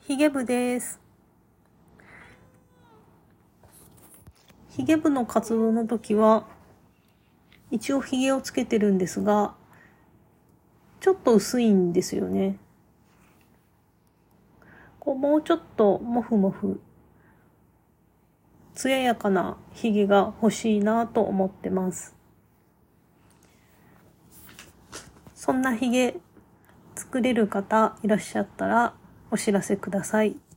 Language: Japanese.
ヒゲ部です。ヒゲ部の活動の時は、一応ヒゲをつけてるんですが、ちょっと薄いんですよね。もうちょっとモフモフ、艶やかなヒゲが欲しいなと思ってます。そんなヒゲ作れる方いらっしゃったらお知らせください。